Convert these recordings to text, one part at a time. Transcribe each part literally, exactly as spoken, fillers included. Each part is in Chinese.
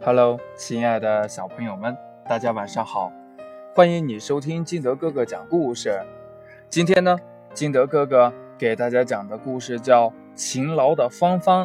Hello， 亲爱的小朋友们，大家晚上好！欢迎你收听金德哥哥讲故事。今天呢，金德哥哥给大家讲的故事叫《勤劳的芳芳》。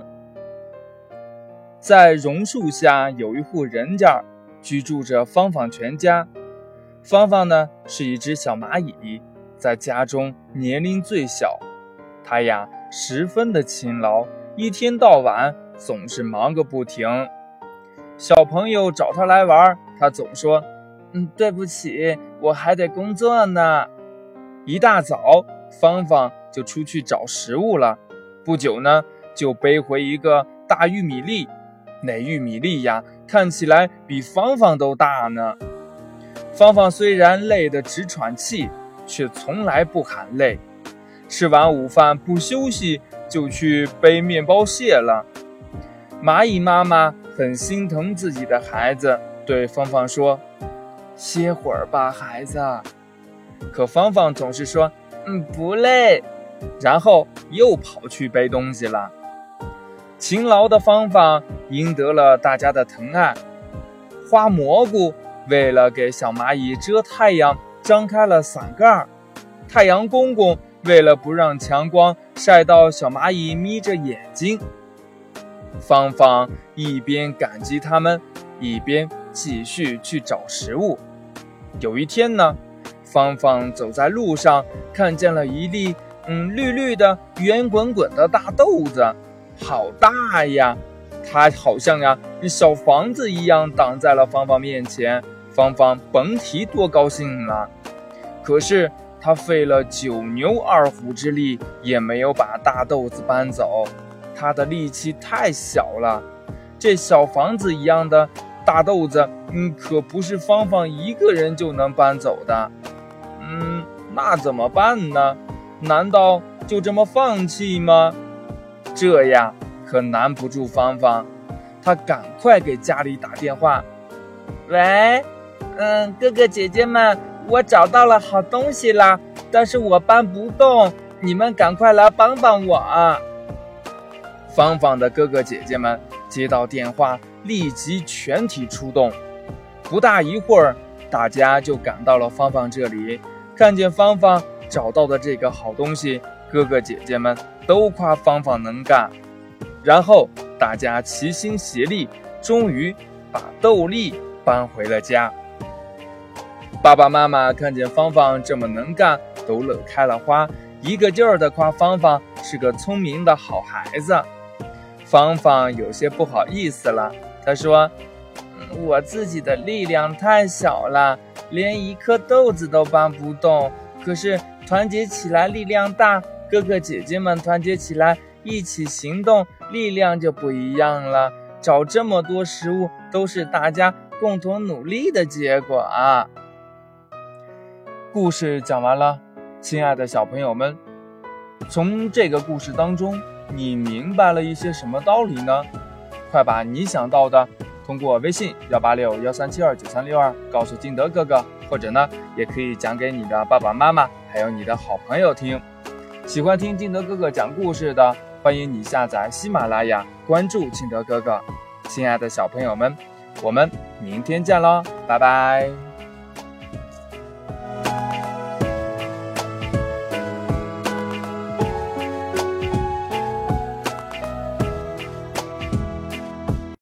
在榕树下有一户人家，居住着芳芳全家。芳芳呢是一只小蚂蚁，在家中年龄最小。它呀十分的勤劳，一天到晚总是忙个不停。小朋友找他来玩，他总说嗯，对不起，我还得工作呢。一大早，芳芳就出去找食物了。不久呢，就背回一个大玉米粒。那玉米粒呀，看起来比芳芳都大呢。芳芳虽然累得直喘气，却从来不喊累。吃完午饭不休息，就去背面包屑了。蚂蚁妈妈很心疼自己的孩子，对芳芳说：歇会儿吧，孩子。可芳芳总是说嗯，不累，然后又跑去背东西了。勤劳的芳芳赢得了大家的疼爱。花蘑菇为了给小蚂蚁遮太阳，张开了伞盖。太阳公公为了不让强光晒到小蚂蚁眯着眼睛。芳芳一边感激他们，一边继续去找食物。有一天呢，芳芳走在路上，看见了一粒嗯绿绿的圆滚滚的大豆子，好大呀！它好像呀小房子一样挡在了芳芳面前。芳芳甭提多高兴了。可是她费了九牛二虎之力，也没有把大豆子搬走。她的力气太小了，这小房子一样的大豆子，嗯，可不是芳芳一个人就能搬走的。嗯，那怎么办呢？难道就这么放弃吗？这样可难不住芳芳。她赶快给家里打电话：喂，嗯，哥哥姐姐们，我找到了好东西啦，但是我搬不动，你们赶快来帮帮我啊！芳芳的哥哥姐姐们接到电话，立即全体出动。不大一会儿，大家就赶到了芳芳这里。看见芳芳找到的这个好东西，哥哥姐姐们都夸芳芳能干。然后大家齐心协力，终于把豆粒搬回了家。爸爸妈妈看见芳芳这么能干，都乐开了花，一个劲儿地夸芳芳是个聪明的好孩子。芳芳有些不好意思了，她说：我自己的力量太小了，连一颗豆子都搬不动，可是团结起来力量大，哥哥姐姐们团结起来一起行动，力量就不一样了。找这么多食物都是大家共同努力的结果啊。故事讲完了，亲爱的小朋友们，从这个故事当中你明白了一些什么道理呢？快把你想到的通过微信幺八六幺三七二九三六二告诉金德哥哥，或者呢也可以讲给你的爸爸妈妈还有你的好朋友听。喜欢听金德哥哥讲故事的，欢迎你下载喜马拉雅，关注金德哥哥。亲爱的小朋友们，我们明天见咯，拜拜。